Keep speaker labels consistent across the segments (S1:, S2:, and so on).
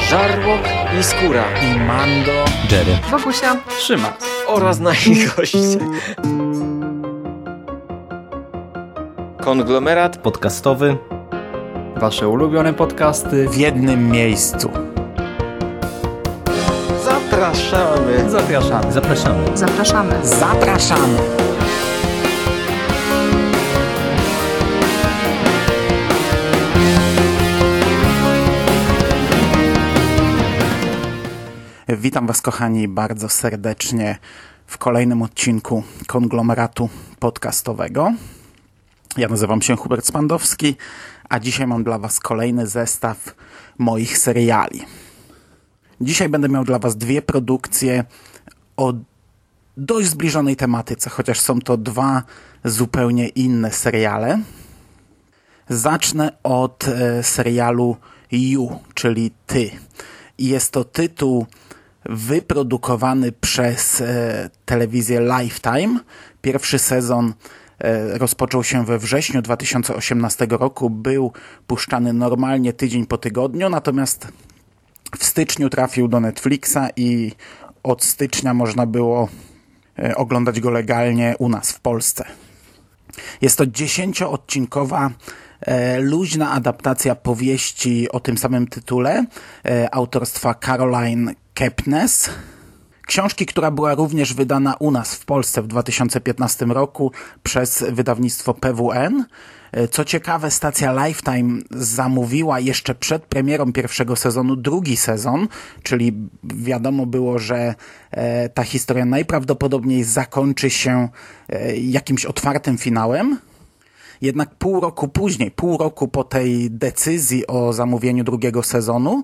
S1: Żarłok i Skóra
S2: i Mando,
S3: Jerry,
S4: Wokusia,
S5: Szymas
S1: oraz nasi goście. Konglomerat
S3: podcastowy.
S5: Wasze ulubione podcasty
S2: w jednym miejscu.
S1: Zapraszamy.
S5: Zapraszamy.
S3: Zapraszamy.
S4: zapraszamy.
S2: Zapraszamy! Witam Was, kochani, bardzo serdecznie w kolejnym odcinku Konglomeratu podcastowego. Ja nazywam się Hubert Spandowski, a dzisiaj mam dla Was kolejny zestaw moich seriali. Dzisiaj będę miał dla Was dwie produkcje o dość zbliżonej tematyce, chociaż są to dwa zupełnie inne seriale. Zacznę od serialu You, czyli Ty. Jest to tytuł wyprodukowany przez telewizję Lifetime. Pierwszy sezon rozpoczął się we wrześniu 2018 roku. Był puszczany normalnie tydzień po tygodniu, natomiast w styczniu trafił do Netflixa i od stycznia można było oglądać go legalnie u nas w Polsce. Jest to 10-odcinkowa luźna adaptacja powieści o tym samym tytule autorstwa Caroline Kepnes. Książki, która była również wydana u nas w Polsce w 2015 roku przez wydawnictwo PWN. Co ciekawe, stacja Lifetime zamówiła jeszcze przed premierą pierwszego sezonu drugi sezon, czyli wiadomo było, że ta historia najprawdopodobniej zakończy się jakimś otwartym finałem. Jednak pół roku po tej decyzji o zamówieniu drugiego sezonu,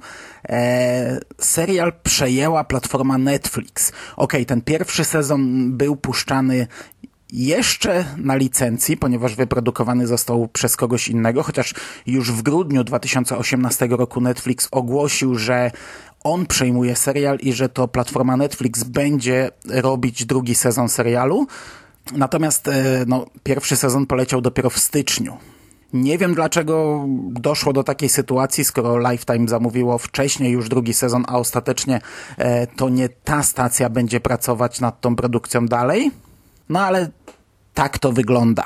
S2: serial przejęła platforma Netflix. Ten pierwszy sezon był puszczany jeszcze na licencji, ponieważ wyprodukowany został przez kogoś innego, chociaż już w grudniu 2018 roku Netflix ogłosił, że on przejmuje serial i że to platforma Netflix będzie robić drugi sezon serialu. Natomiast pierwszy sezon poleciał dopiero w styczniu. Nie wiem, dlaczego doszło do takiej sytuacji, skoro Lifetime zamówiło wcześniej już drugi sezon, a ostatecznie to nie ta stacja będzie pracować nad tą produkcją dalej. No ale tak to wygląda.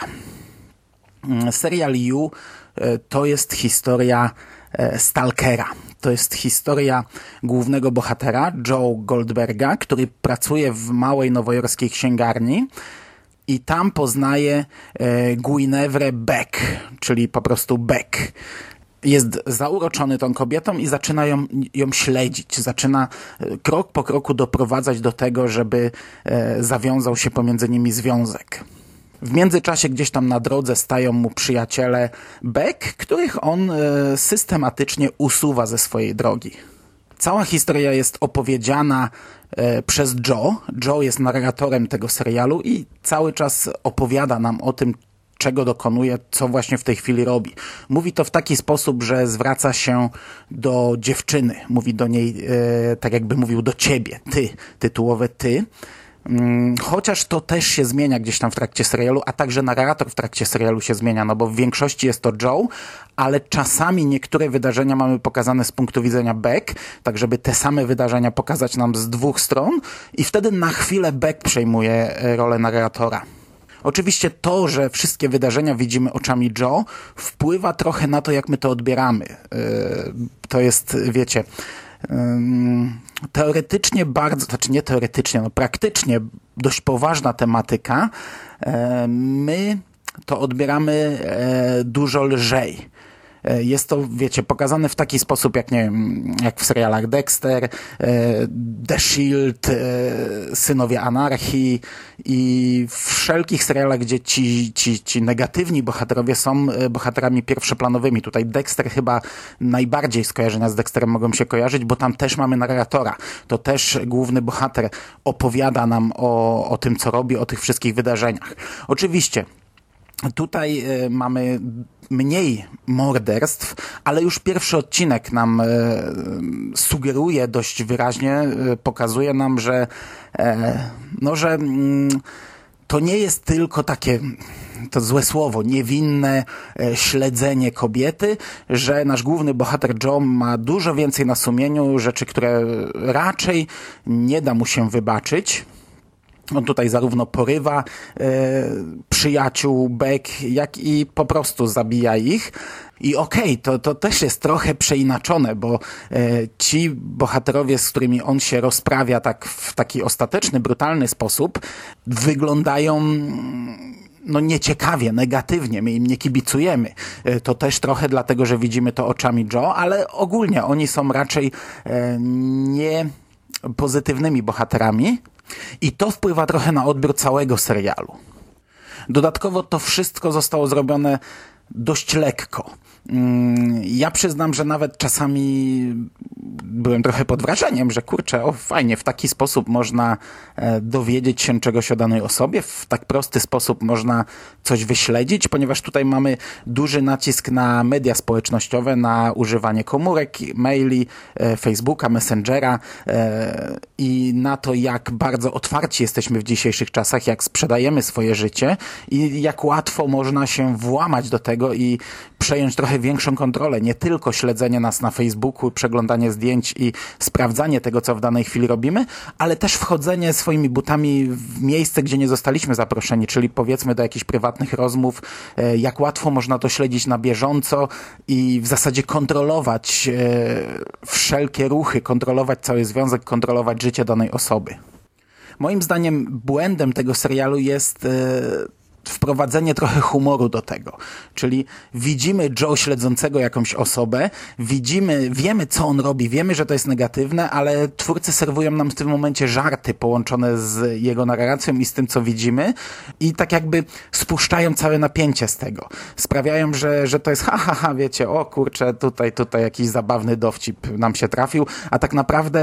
S2: Serial You to jest historia stalkera. To jest historia głównego bohatera, Joe Goldberga, który pracuje w małej nowojorskiej księgarni i tam poznaje Guinevrę Beck, czyli po prostu Beck. Jest zauroczony tą kobietą i zaczyna ją śledzić. Zaczyna krok po kroku doprowadzać do tego, żeby zawiązał się pomiędzy nimi związek. W międzyczasie gdzieś tam na drodze stają mu przyjaciele Beck, których on systematycznie usuwa ze swojej drogi. Cała historia jest opowiedziana przez Joe. Joe jest narratorem tego serialu i cały czas opowiada nam o tym, czego dokonuje, co właśnie w tej chwili robi. Mówi to w taki sposób, że zwraca się do dziewczyny. Mówi do niej tak jakby mówił do ciebie. Ty, tytułowe ty. Chociaż to też się zmienia gdzieś tam w trakcie serialu, a także narrator w trakcie serialu się zmienia, no bo w większości jest to Joe, ale czasami niektóre wydarzenia mamy pokazane z punktu widzenia Beck, tak żeby te same wydarzenia pokazać nam z dwóch stron i wtedy na chwilę Beck przejmuje rolę narratora. Oczywiście to, że wszystkie wydarzenia widzimy oczami Joe, wpływa trochę na to, jak my to odbieramy. To jest, wiecie, teoretycznie bardzo, znaczy nie teoretycznie, praktycznie dość poważna tematyka. My to odbieramy dużo lżej. Jest to, wiecie, pokazane w taki sposób, jak nie wiem, jak w serialach Dexter, The Shield, Synowie Anarchii i wszelkich serialach, gdzie ci negatywni bohaterowie są bohaterami pierwszoplanowymi. Tutaj Dexter chyba najbardziej skojarzenia z Dexterem mogą się kojarzyć, bo tam też mamy narratora. To też główny bohater opowiada nam o tym, co robi, o tych wszystkich wydarzeniach. Oczywiście tutaj mamy mniej morderstw, ale już pierwszy odcinek nam sugeruje dość wyraźnie, pokazuje nam, że to nie jest tylko takie to złe słowo, niewinne śledzenie kobiety, że nasz główny bohater Joe ma dużo więcej na sumieniu, rzeczy, które raczej nie da mu się wybaczyć. On tutaj zarówno porywa przyjaciół Beck, jak i po prostu zabija ich. I okej, to też jest trochę przeinaczone, bo ci bohaterowie, z którymi on się rozprawia tak w taki ostateczny, brutalny sposób, wyglądają nieciekawie, negatywnie, my im nie kibicujemy. To też trochę dlatego, że widzimy to oczami Joe, ale ogólnie oni są raczej nie pozytywnymi bohaterami i to wpływa trochę na odbiór całego serialu. Dodatkowo to wszystko zostało zrobione dość lekko. Ja przyznam, że nawet czasami byłem trochę pod wrażeniem, że kurczę, fajnie, w taki sposób można dowiedzieć się czegoś o danej osobie, w tak prosty sposób można coś wyśledzić, ponieważ tutaj mamy duży nacisk na media społecznościowe, na używanie komórek, maili, Facebooka, Messengera i na to, jak bardzo otwarci jesteśmy w dzisiejszych czasach, jak sprzedajemy swoje życie i jak łatwo można się włamać do tego i przejąć trochę większą kontrolę, nie tylko śledzenie nas na Facebooku, przeglądanie zdjęć i sprawdzanie tego, co w danej chwili robimy, ale też wchodzenie swoimi butami w miejsce, gdzie nie zostaliśmy zaproszeni, czyli powiedzmy do jakichś prywatnych rozmów, jak łatwo można to śledzić na bieżąco i w zasadzie kontrolować wszelkie ruchy, kontrolować cały związek, kontrolować życie danej osoby. Moim zdaniem błędem tego serialu jest wprowadzenie trochę humoru do tego. Czyli widzimy Joe śledzącego jakąś osobę, wiemy co on robi, wiemy, że to jest negatywne, ale twórcy serwują nam w tym momencie żarty połączone z jego narracją i z tym, co widzimy i tak jakby spuszczają całe napięcie z tego. Sprawiają, że to jest wiecie, o kurczę, tutaj jakiś zabawny dowcip nam się trafił, a tak naprawdę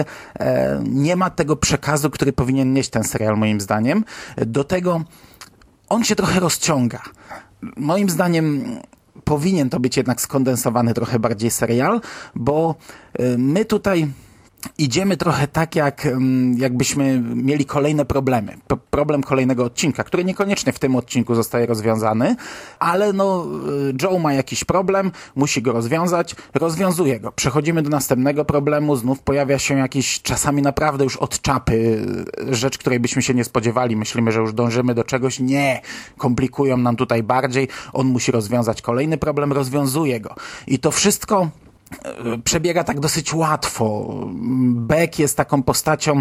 S2: nie ma tego przekazu, który powinien nieść ten serial, moim zdaniem. Do tego on się trochę rozciąga. Moim zdaniem powinien to być jednak skondensowany trochę bardziej serial, bo my tutaj idziemy trochę tak, jakbyśmy mieli kolejne problemy. Problem kolejnego odcinka, który niekoniecznie w tym odcinku zostaje rozwiązany, ale Joe ma jakiś problem, musi go rozwiązać, rozwiązuje go. Przechodzimy do następnego problemu, znów pojawia się jakiś czasami naprawdę już od czapy rzecz, której byśmy się nie spodziewali. Myślimy, że już dążymy do czegoś. Nie, komplikują nam tutaj bardziej. On musi rozwiązać kolejny problem, rozwiązuje go. I to wszystko przebiega tak dosyć łatwo. Beck jest taką postacią,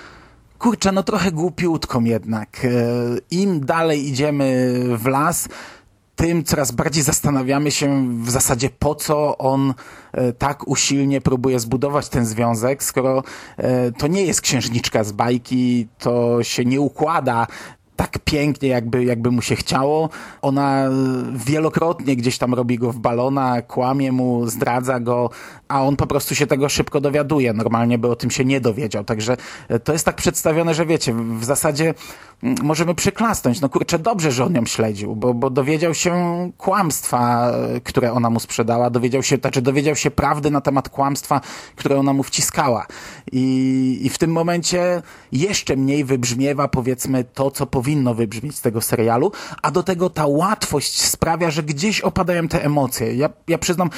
S2: kurczę, trochę głupiutką jednak. Im dalej idziemy w las, tym coraz bardziej zastanawiamy się w zasadzie, po co on tak usilnie próbuje zbudować ten związek, skoro to nie jest księżniczka z bajki, to się nie układa tak pięknie, jakby mu się chciało. Ona wielokrotnie gdzieś tam robi go w balona, kłamie mu, zdradza go, a on po prostu się tego szybko dowiaduje. Normalnie by o tym się nie dowiedział. Także to jest tak przedstawione, że wiecie, w zasadzie możemy przyklasnąć. Kurczę, dobrze, że on ją śledził, bo dowiedział się kłamstwa, które ona mu sprzedała, dowiedział się prawdy na temat kłamstwa, które ona mu wciskała. I w tym momencie jeszcze mniej wybrzmiewa, powiedzmy, to, co powinno wybrzmieć z tego serialu, a do tego ta łatwość sprawia, że gdzieś opadają te emocje. Ja przyznam,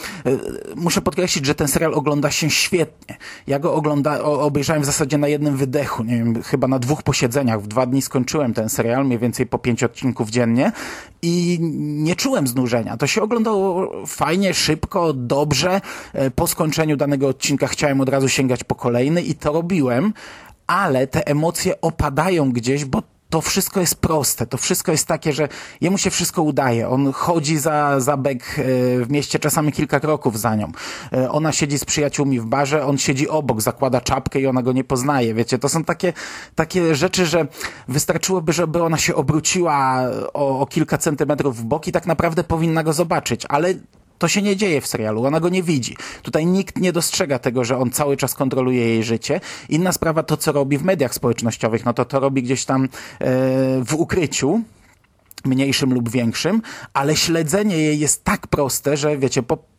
S2: muszę podkreślić, że ten serial ogląda się świetnie. Ja go obejrzałem w zasadzie na jednym wydechu, nie wiem, chyba na 2 posiedzeniach. W 2 dni skończyłem ten serial, mniej więcej po 5 odcinków dziennie i nie czułem znużenia. To się oglądało fajnie, szybko, dobrze. Po skończeniu danego odcinka chciałem od razu sięgać po kolejny i to robiłem, ale te emocje opadają gdzieś, bo to wszystko jest proste, to wszystko jest takie, że jemu się wszystko udaje. On chodzi za Beck w mieście czasami kilka kroków za nią. Ona siedzi z przyjaciółmi w barze, on siedzi obok, zakłada czapkę i ona go nie poznaje. Wiecie, to są takie rzeczy, że wystarczyłoby, żeby ona się obróciła o kilka centymetrów w bok i tak naprawdę powinna go zobaczyć, ale to się nie dzieje w serialu, ona go nie widzi. Tutaj nikt nie dostrzega tego, że on cały czas kontroluje jej życie. Inna sprawa to, co robi w mediach społecznościowych, to robi gdzieś tam w ukryciu, mniejszym lub większym, ale śledzenie jej jest tak proste, że wiecie, po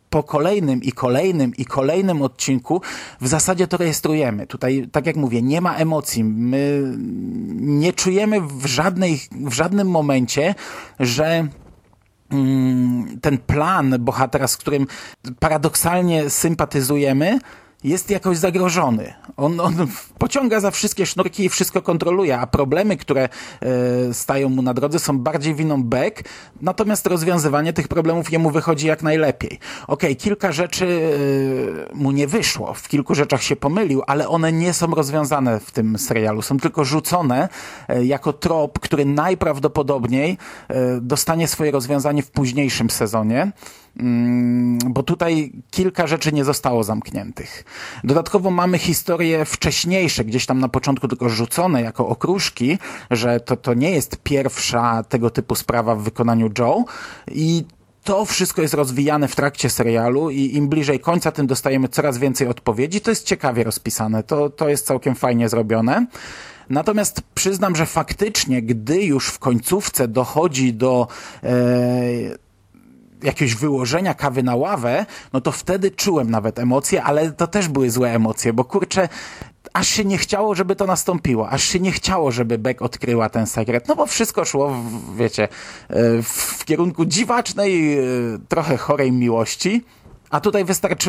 S2: po kolejnym odcinku w zasadzie to rejestrujemy. Tutaj, tak jak mówię, nie ma emocji. My nie czujemy w żadnym momencie, że ten plan bohatera, z którym paradoksalnie sympatyzujemy, jest jakoś zagrożony. On pociąga za wszystkie sznurki i wszystko kontroluje, a problemy, które stają mu na drodze, są bardziej winą Beck, natomiast rozwiązywanie tych problemów jemu wychodzi jak najlepiej. Okej, kilka rzeczy mu nie wyszło, w kilku rzeczach się pomylił, ale one nie są rozwiązane w tym serialu. Są tylko rzucone jako trop, który najprawdopodobniej dostanie swoje rozwiązanie w późniejszym sezonie, bo tutaj kilka rzeczy nie zostało zamkniętych. Dodatkowo mamy historie wcześniejsze, gdzieś tam na początku tylko rzucone jako okruszki, że to nie jest pierwsza tego typu sprawa w wykonaniu Joe i to wszystko jest rozwijane w trakcie serialu i im bliżej końca, tym dostajemy coraz więcej odpowiedzi. To jest ciekawie rozpisane, to jest całkiem fajnie zrobione. Natomiast przyznam, że faktycznie, gdy już w końcówce dochodzi do jakiegoś wyłożenia kawy na ławę, no to wtedy czułem nawet emocje, ale to też były złe emocje, bo kurczę, aż się nie chciało, żeby to nastąpiło, aż się nie chciało, żeby Beck odkryła ten sekret, no bo wszystko szło, wiecie, w kierunku dziwacznej, trochę chorej miłości, a tutaj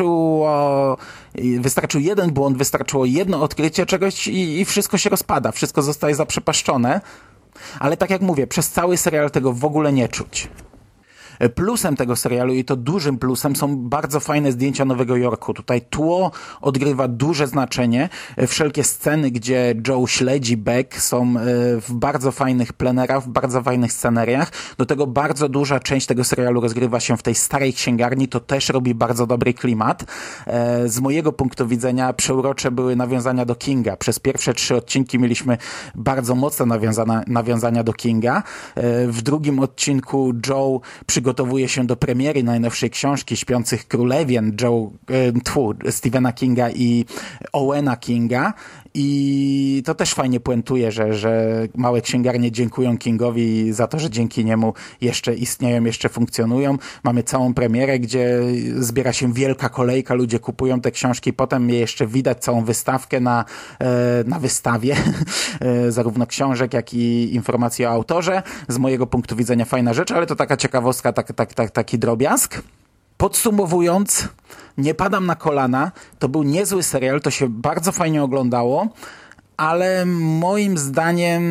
S2: wystarczył jeden błąd, wystarczyło jedno odkrycie czegoś i wszystko się rozpada, wszystko zostaje zaprzepaszczone, ale tak jak mówię, przez cały serial tego w ogóle nie czuć. Plusem tego serialu, i to dużym plusem, są bardzo fajne zdjęcia Nowego Jorku. Tutaj tło odgrywa duże znaczenie. Wszelkie sceny, gdzie Joe śledzi Beck, są w bardzo fajnych plenerach, w bardzo fajnych sceneriach. Do tego bardzo duża część tego serialu rozgrywa się w tej starej księgarni. To też robi bardzo dobry klimat. Z mojego punktu widzenia przeurocze były nawiązania do Kinga. Przez pierwsze 3 odcinki mieliśmy bardzo mocne nawiązania do Kinga. W drugim odcinku Joe przygotowuje się do premiery najnowszej książki Śpiących Królewien Stephena Kinga i Owena Kinga i to też fajnie puentuje, że małe księgarnie dziękują Kingowi za to, że dzięki niemu jeszcze istnieją, jeszcze funkcjonują. Mamy całą premierę, gdzie zbiera się wielka kolejka, ludzie kupują te książki, potem jeszcze widać całą wystawkę na wystawie zarówno książek, jak i informacji o autorze. Z mojego punktu widzenia fajna rzecz, ale to taka ciekawostka, taki drobiazg. Podsumowując, nie padam na kolana, to był niezły serial, to się bardzo fajnie oglądało, ale moim zdaniem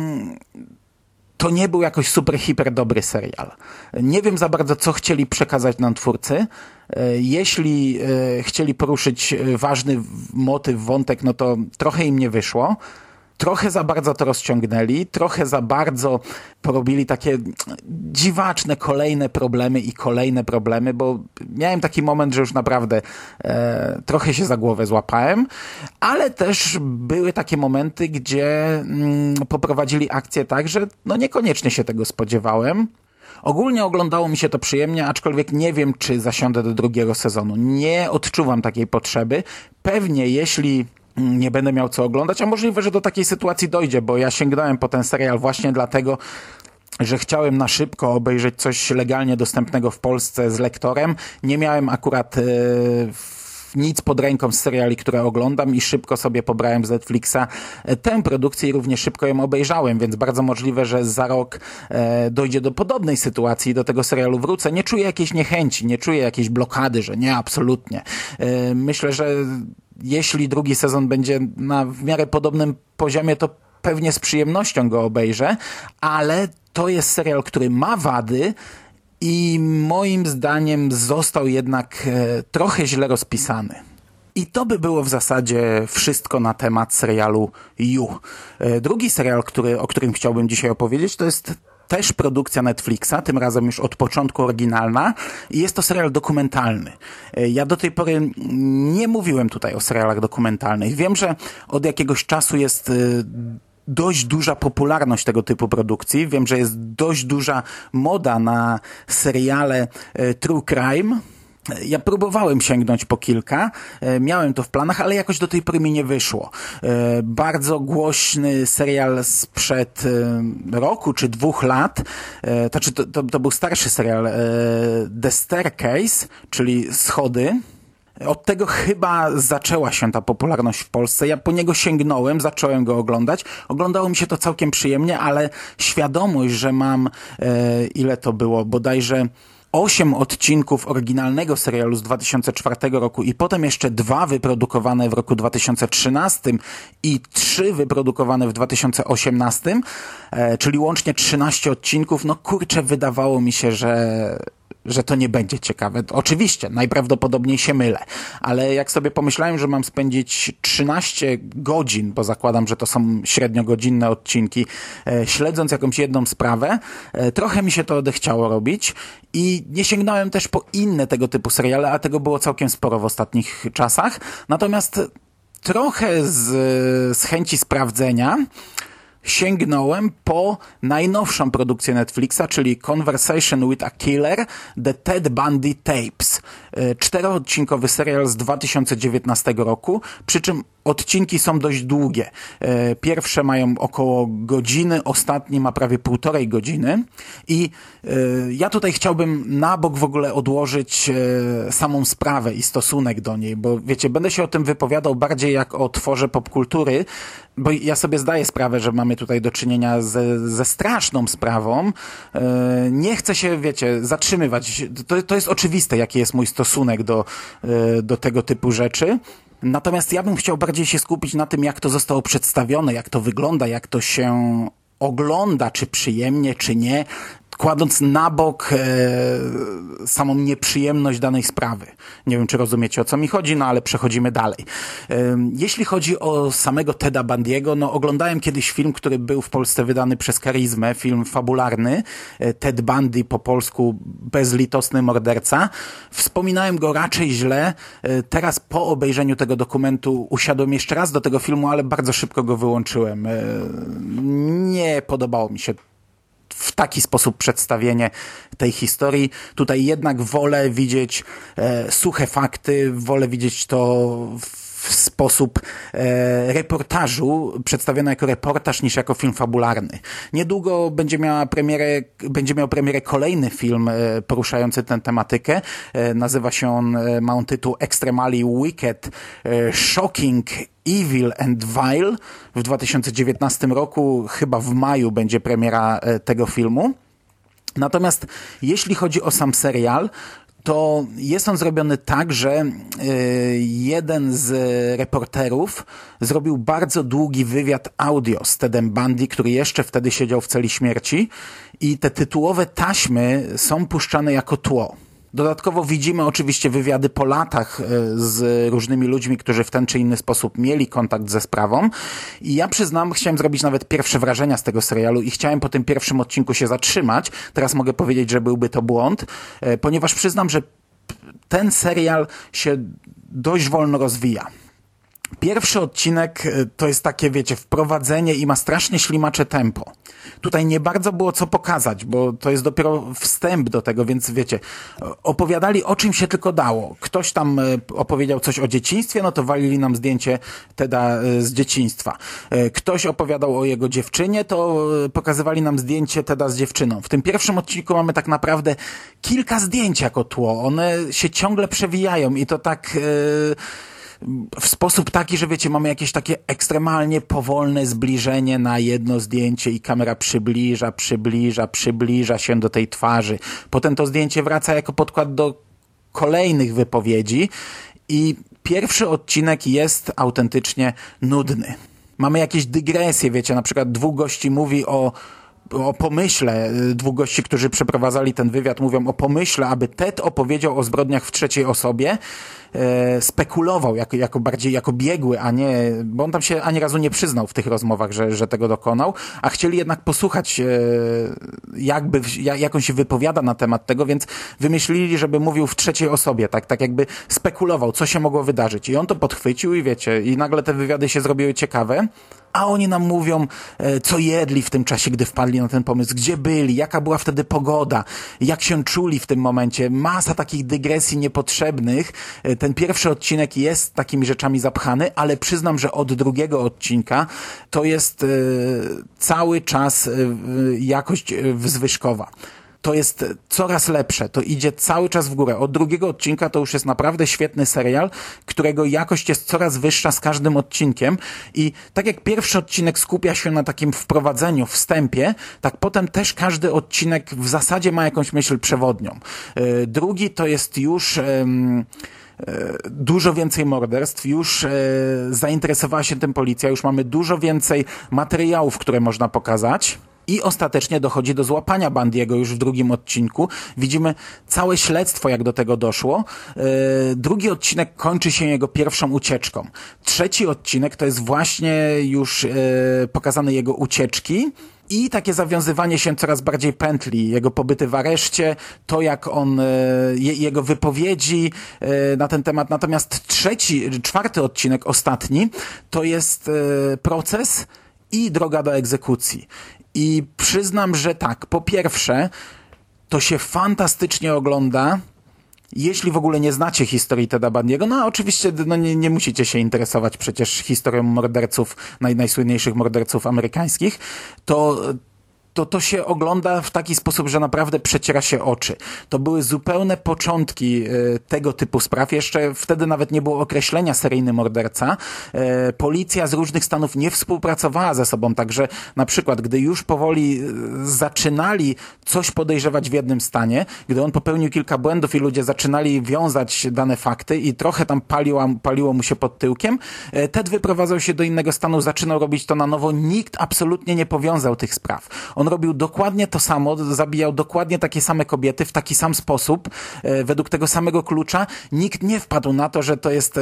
S2: to nie był jakoś super, hiper dobry serial. Nie wiem za bardzo, co chcieli przekazać nam twórcy. Jeśli chcieli poruszyć ważny motyw, wątek, no to trochę im nie wyszło. Trochę za bardzo to rozciągnęli, trochę za bardzo porobili takie dziwaczne kolejne problemy, bo miałem taki moment, że już naprawdę trochę się za głowę złapałem, ale też były takie momenty, gdzie poprowadzili akcję tak, że no niekoniecznie się tego spodziewałem. Ogólnie oglądało mi się to przyjemnie, aczkolwiek nie wiem, czy zasiądę do drugiego sezonu. Nie odczuwam takiej potrzeby. Pewnie jeśli nie będę miał co oglądać, a możliwe, że do takiej sytuacji dojdzie, bo ja sięgnąłem po ten serial właśnie dlatego, że chciałem na szybko obejrzeć coś legalnie dostępnego w Polsce z lektorem. Nie miałem akurat nic pod ręką z seriali, które oglądam i szybko sobie pobrałem z Netflixa tę produkcję i również szybko ją obejrzałem, więc bardzo możliwe, że za rok dojdzie do podobnej sytuacji i do tego serialu wrócę. Nie czuję jakiejś niechęci, nie czuję jakiejś blokady, że nie, absolutnie. Myślę, że jeśli drugi sezon będzie na w miarę podobnym poziomie, to pewnie z przyjemnością go obejrzę, ale to jest serial, który ma wady i moim zdaniem został jednak trochę źle rozpisany. I to by było w zasadzie wszystko na temat serialu You. Drugi serial, o którym chciałbym dzisiaj opowiedzieć, to jest też produkcja Netflixa, tym razem już od początku oryginalna i jest to serial dokumentalny. Ja do tej pory nie mówiłem tutaj o serialach dokumentalnych. Wiem, że od jakiegoś czasu jest dość duża popularność tego typu produkcji. Wiem, że jest dość duża moda na seriale true crime, Ja próbowałem sięgnąć po kilka, miałem to w planach, ale jakoś do tej pory mi nie wyszło. Bardzo głośny serial sprzed roku czy 2 lat, to był starszy serial, The Staircase, czyli Schody. Od tego chyba zaczęła się ta popularność w Polsce. Ja po niego sięgnąłem, zacząłem go oglądać. Oglądało mi się to całkiem przyjemnie, ale świadomość, że mam, ile to było, bodajże 8 odcinków oryginalnego serialu z 2004 roku i potem jeszcze 2 wyprodukowane w roku 2013 i 3 wyprodukowane w 2018, czyli łącznie 13 odcinków. No kurczę, wydawało mi się, że to nie będzie ciekawe. Oczywiście, najprawdopodobniej się mylę, ale jak sobie pomyślałem, że mam spędzić 13 godzin, bo zakładam, że to są średnio godzinne odcinki, śledząc jakąś jedną sprawę, trochę mi się to odechciało robić i nie sięgnąłem też po inne tego typu seriale, a tego było całkiem sporo w ostatnich czasach. Natomiast trochę z chęci sprawdzenia sięgnąłem po najnowszą produkcję Netflixa, czyli Conversation with a Killer, The Ted Bundy Tapes. 4-odcinkowy serial z 2019 roku, przy czym odcinki są dość długie. Pierwsze mają około godziny, ostatni ma prawie 1,5 godziny i ja tutaj chciałbym na bok w ogóle odłożyć samą sprawę i stosunek do niej, bo wiecie, będę się o tym wypowiadał bardziej jak o tworze popkultury, bo ja sobie zdaję sprawę, że mamy tutaj do czynienia ze straszną sprawą. Nie chcę się, wiecie, zatrzymywać. To jest oczywiste, jaki jest mój stosunek do tego typu rzeczy. Natomiast ja bym chciał bardziej się skupić na tym, jak to zostało przedstawione, jak to wygląda, jak to się ogląda, czy przyjemnie, czy nie, kładąc na bok samą nieprzyjemność danej sprawy. Nie wiem, czy rozumiecie, o co mi chodzi, no ale przechodzimy dalej. Jeśli chodzi o samego Teda Bundy'ego, no oglądałem kiedyś film, który był w Polsce wydany przez Karizmę, film fabularny, Ted Bundy, po polsku Bezlitosny morderca. Wspominałem go raczej źle. Teraz po obejrzeniu tego dokumentu usiadłem jeszcze raz do tego filmu, ale bardzo szybko go wyłączyłem. Nie podobało mi się w taki sposób przedstawienie tej historii. Tutaj jednak wolę widzieć suche fakty, wolę widzieć to w sposób reportażu, przedstawione jako reportaż niż jako film fabularny. Niedługo będzie miał premierę kolejny film poruszający tę tematykę. Nazywa się on, ma on tytuł Extremely Wicked, Shocking, Evil and Vile. W 2019 roku, chyba w maju, będzie premiera tego filmu. Natomiast jeśli chodzi o sam serial, to jest on zrobiony tak, że jeden z reporterów zrobił bardzo długi wywiad audio z Tedem Bundy, który jeszcze wtedy siedział w celi śmierci, i te tytułowe taśmy są puszczane jako tło. Dodatkowo widzimy oczywiście wywiady po latach z różnymi ludźmi, którzy w ten czy inny sposób mieli kontakt ze sprawą, i ja przyznam, chciałem zrobić nawet pierwsze wrażenia z tego serialu i chciałem po tym pierwszym odcinku się zatrzymać. Teraz mogę powiedzieć, że byłby to błąd, ponieważ przyznam, że ten serial się dość wolno rozwija. Pierwszy odcinek to jest takie, wiecie, wprowadzenie i ma strasznie ślimacze tempo. Tutaj nie bardzo było co pokazać, bo to jest dopiero wstęp do tego, więc wiecie, opowiadali o czym się tylko dało. Ktoś tam opowiedział coś o dzieciństwie, no to walili nam zdjęcie Teda z dzieciństwa. Ktoś opowiadał o jego dziewczynie, to pokazywali nam zdjęcie Teda z dziewczyną. W tym pierwszym odcinku mamy tak naprawdę kilka zdjęć jako tło. One się ciągle przewijają i to tak w sposób taki, że wiecie, mamy jakieś takie ekstremalnie powolne zbliżenie na jedno zdjęcie i kamera przybliża się do tej twarzy. Potem to zdjęcie wraca jako podkład do kolejnych wypowiedzi i pierwszy odcinek jest autentycznie nudny. Mamy jakieś dygresje, wiecie, na przykład 2 gości mówi o pomyśle, 2 gości, którzy przeprowadzali ten wywiad, mówią o pomyśle, aby Ted opowiedział o zbrodniach w trzeciej osobie, spekulował bardziej jako biegły, a nie, bo on tam się ani razu nie przyznał w tych rozmowach, że tego dokonał, a chcieli jednak posłuchać, jak on się wypowiada na temat tego, więc wymyślili, żeby mówił w trzeciej osobie, tak jakby spekulował, co się mogło wydarzyć, i on to podchwycił i wiecie, i nagle te wywiady się zrobiły ciekawe, a oni nam mówią, co jedli w tym czasie, gdy wpadli wpadli na ten pomysł, gdzie byli, jaka była wtedy pogoda, jak się czuli w tym momencie. Masa takich dygresji niepotrzebnych. Ten pierwszy odcinek jest takimi rzeczami zapchany, ale przyznam, że od drugiego odcinka to jest cały czas jakość wzwyżkowa. To jest coraz lepsze, to idzie cały czas w górę. Od drugiego odcinka to już jest naprawdę świetny serial, którego jakość jest coraz wyższa z każdym odcinkiem i tak jak pierwszy odcinek skupia się na takim wprowadzeniu, wstępie, tak potem też każdy odcinek w zasadzie ma jakąś myśl przewodnią. Drugi to jest już dużo więcej morderstw, już zainteresowała się tym policja, już mamy dużo więcej materiałów, które można pokazać. I ostatecznie dochodzi do złapania Bundy'ego już w drugim odcinku. Widzimy całe śledztwo, jak do tego doszło. Drugi odcinek kończy się jego pierwszą ucieczką. Trzeci odcinek to jest właśnie już pokazane jego ucieczki i takie zawiązywanie się coraz bardziej pętli. Jego pobyty w areszcie, to jak on, jego wypowiedzi na ten temat. Natomiast czwarty odcinek, ostatni, to jest proces i droga do egzekucji. I przyznam, że tak, po pierwsze, to się fantastycznie ogląda, jeśli w ogóle nie znacie historii Teda Bundy'ego. No oczywiście nie musicie się interesować przecież historią morderców, najsłynniejszych morderców amerykańskich, to się ogląda w taki sposób, że naprawdę przeciera się oczy. To były zupełne początki tego typu spraw. Jeszcze wtedy nawet nie było określenia seryjny morderca. Policja z różnych stanów nie współpracowała ze sobą, także na przykład, gdy już powoli zaczynali coś podejrzewać w jednym stanie, gdy on popełnił kilka błędów i ludzie zaczynali wiązać dane fakty i trochę tam paliło mu się pod tyłkiem, Ted wyprowadzał się do innego stanu, zaczynał robić to na nowo. Nikt absolutnie nie powiązał tych spraw. On robił dokładnie to samo, zabijał dokładnie takie same kobiety w taki sam sposób, według tego samego klucza. Nikt nie wpadł na to, że to jest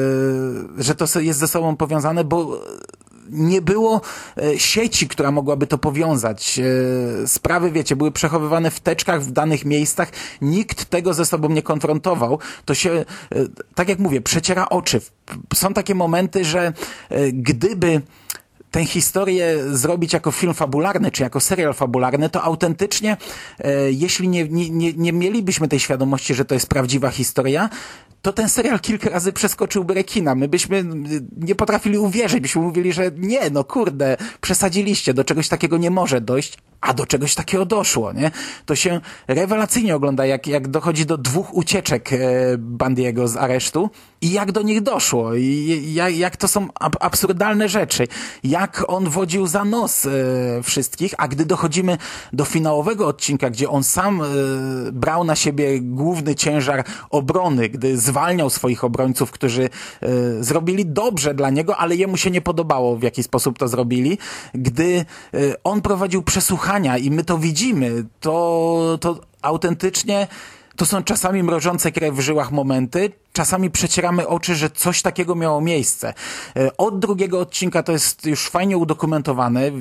S2: ze sobą powiązane, bo nie było sieci, która mogłaby to powiązać. Sprawy, wiecie, były przechowywane w teczkach w danych miejscach. Nikt tego ze sobą nie konfrontował. To się, tak jak mówię, przeciera oczy. Są takie momenty, że gdyby tę historię zrobić jako film fabularny, czy jako serial fabularny, to autentycznie, jeśli nie mielibyśmy tej świadomości, że to jest prawdziwa historia, to ten serial kilka razy przeskoczyłby rekina. My byśmy nie potrafili uwierzyć, byśmy mówili, że nie, no kurde, przesadziliście, do czegoś takiego nie może dojść, a do czegoś takiego doszło, nie? To się rewelacyjnie ogląda, jak dochodzi do 2 ucieczek Bundy'ego z aresztu i jak do nich doszło, i jak to są absurdalne rzeczy, jak on wodził za nos wszystkich, a gdy dochodzimy do finałowego odcinka, gdzie on sam brał na siebie główny ciężar obrony, gdy zwalniał swoich obrońców, którzy zrobili dobrze dla niego, ale jemu się nie podobało, w jaki sposób to zrobili, gdy on prowadził przesłuchania i my to widzimy, to autentycznie to są czasami mrożące krew w żyłach momenty, czasami przecieramy oczy, że coś takiego miało miejsce. Od drugiego odcinka to jest już fajnie udokumentowane,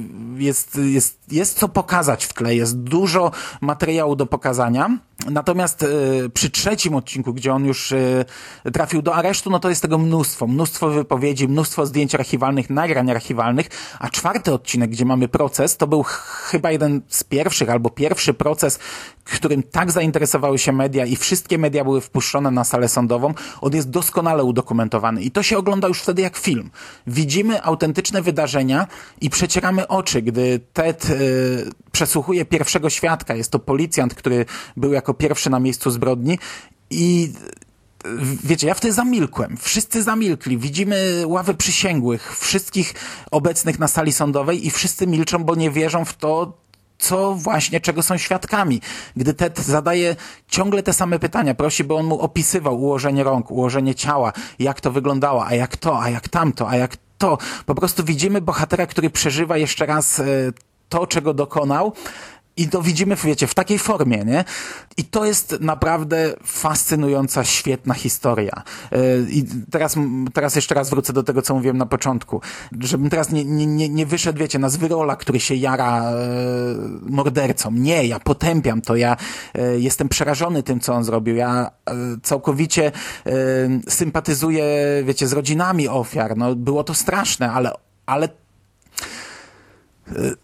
S2: jest co pokazać w tle, jest dużo materiału do pokazania. Natomiast przy trzecim odcinku, gdzie on już trafił do aresztu, no to jest tego mnóstwo wypowiedzi, mnóstwo zdjęć archiwalnych, nagrań archiwalnych, a czwarty odcinek, gdzie mamy proces, to był chyba jeden z pierwszych, albo pierwszy proces, którym tak zainteresowały się media i wszystkie media były wpuszczone na salę sądową. On jest doskonale udokumentowany i to się ogląda już wtedy jak film. Widzimy autentyczne wydarzenia i przecieramy oczy, gdy Ted przesłuchuje pierwszego świadka. Jest to policjant, który był jako pierwszy na miejscu zbrodni i wiecie, ja wtedy zamilkłem. Wszyscy zamilkli. Widzimy ławę przysięgłych, wszystkich obecnych na sali sądowej i wszyscy milczą, bo nie wierzą w to, czego są świadkami. Gdy Ted zadaje ciągle te same pytania, prosi, by on mu opisywał ułożenie rąk, ułożenie ciała, jak to wyglądało, a jak to, a jak tamto, a jak to. Po prostu widzimy bohatera, który przeżywa jeszcze raz to, czego dokonał. I to widzimy, wiecie, w takiej formie, nie? I to jest naprawdę fascynująca, świetna historia. I teraz jeszcze raz wrócę do tego, co mówiłem na początku. Żebym teraz nie wyszedł, wiecie, na zwyrola, który się jara mordercą. Nie, ja potępiam to. Ja jestem przerażony tym, co on zrobił. Ja całkowicie sympatyzuję, wiecie, z rodzinami ofiar. No, było to straszne, ale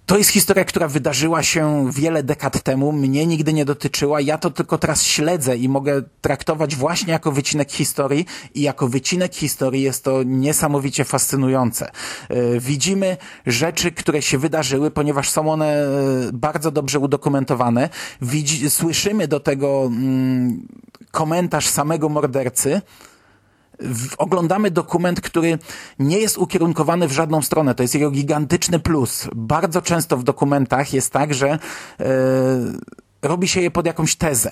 S2: To jest historia, która wydarzyła się wiele dekad temu, mnie nigdy nie dotyczyła, ja to tylko teraz śledzę i mogę traktować właśnie jako wycinek historii i jako wycinek historii jest to niesamowicie fascynujące. Widzimy rzeczy, które się wydarzyły, ponieważ są one bardzo dobrze udokumentowane. Słyszymy do tego komentarz samego mordercy. Oglądamy dokument, który nie jest ukierunkowany w żadną stronę. To jest jego gigantyczny plus. Bardzo często w dokumentach jest tak, że robi się je pod jakąś tezę.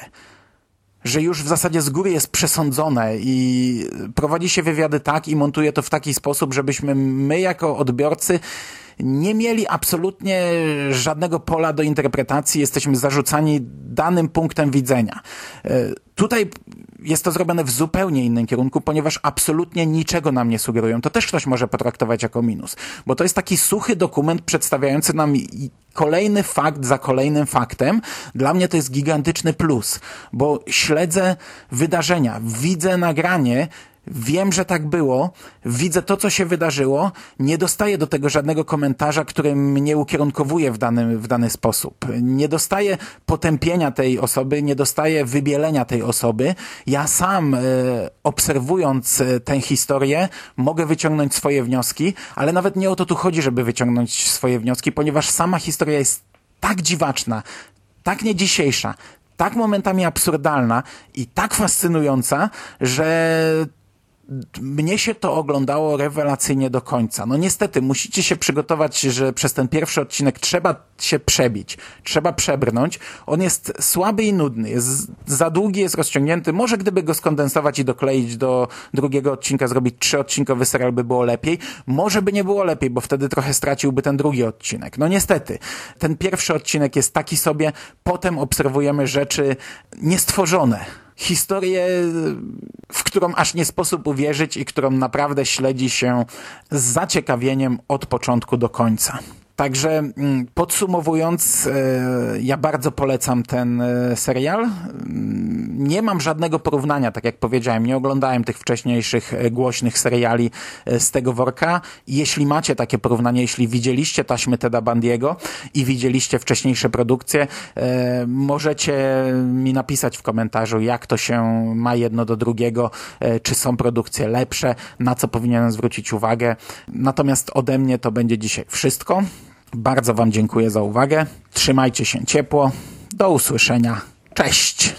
S2: Że już w zasadzie z góry jest przesądzone i prowadzi się wywiady tak i montuje to w taki sposób, żebyśmy my jako odbiorcy nie mieli absolutnie żadnego pola do interpretacji, jesteśmy zarzucani danym punktem widzenia. Tutaj jest to zrobione w zupełnie innym kierunku, ponieważ absolutnie niczego nam nie sugerują. To też ktoś może potraktować jako minus, bo to jest taki suchy dokument przedstawiający nam kolejny fakt za kolejnym faktem. Dla mnie to jest gigantyczny plus, bo śledzę wydarzenia, widzę nagranie, wiem, że tak było, widzę to, co się wydarzyło, nie dostaję do tego żadnego komentarza, który mnie ukierunkowuje w dany sposób. Nie dostaję potępienia tej osoby, nie dostaję wybielenia tej osoby. Ja sam, obserwując tę historię, mogę wyciągnąć swoje wnioski, ale nawet nie o to tu chodzi, żeby wyciągnąć swoje wnioski, ponieważ sama historia jest tak dziwaczna, tak nie dzisiejsza, tak momentami absurdalna i tak fascynująca, że mnie się to oglądało rewelacyjnie do końca. No niestety, musicie się przygotować, że przez ten pierwszy odcinek trzeba się przebić, trzeba przebrnąć. On jest słaby i nudny, jest za długi, jest rozciągnięty. Może gdyby go skondensować i dokleić do drugiego odcinka, zrobić 3-odcinkowy serial, by było lepiej. Może by nie było lepiej, bo wtedy trochę straciłby ten drugi odcinek. No niestety, ten pierwszy odcinek jest taki sobie, potem obserwujemy rzeczy niestworzone. Historię, w którą aż nie sposób uwierzyć i którą naprawdę śledzi się z zaciekawieniem od początku do końca. Także podsumowując, ja bardzo polecam ten serial. Nie mam żadnego porównania, tak jak powiedziałem, nie oglądałem tych wcześniejszych głośnych seriali z tego worka. Jeśli macie takie porównanie, jeśli widzieliście taśmy Teda Bundy'ego i widzieliście wcześniejsze produkcje, możecie mi napisać w komentarzu, jak to się ma jedno do drugiego, czy są produkcje lepsze, na co powinienem zwrócić uwagę. Natomiast ode mnie to będzie dzisiaj wszystko. Bardzo wam dziękuję za uwagę. Trzymajcie się ciepło. Do usłyszenia. Cześć!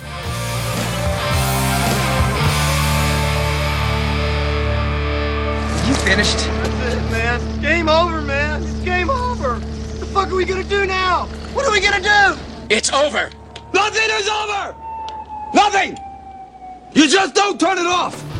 S3: You finished?
S4: That's it, man. It's game over, man. It's game over. What the fuck are we gonna do now? What are we gonna do?
S3: It's over!
S4: Nothing is over! Nothing! You just don't turn it off!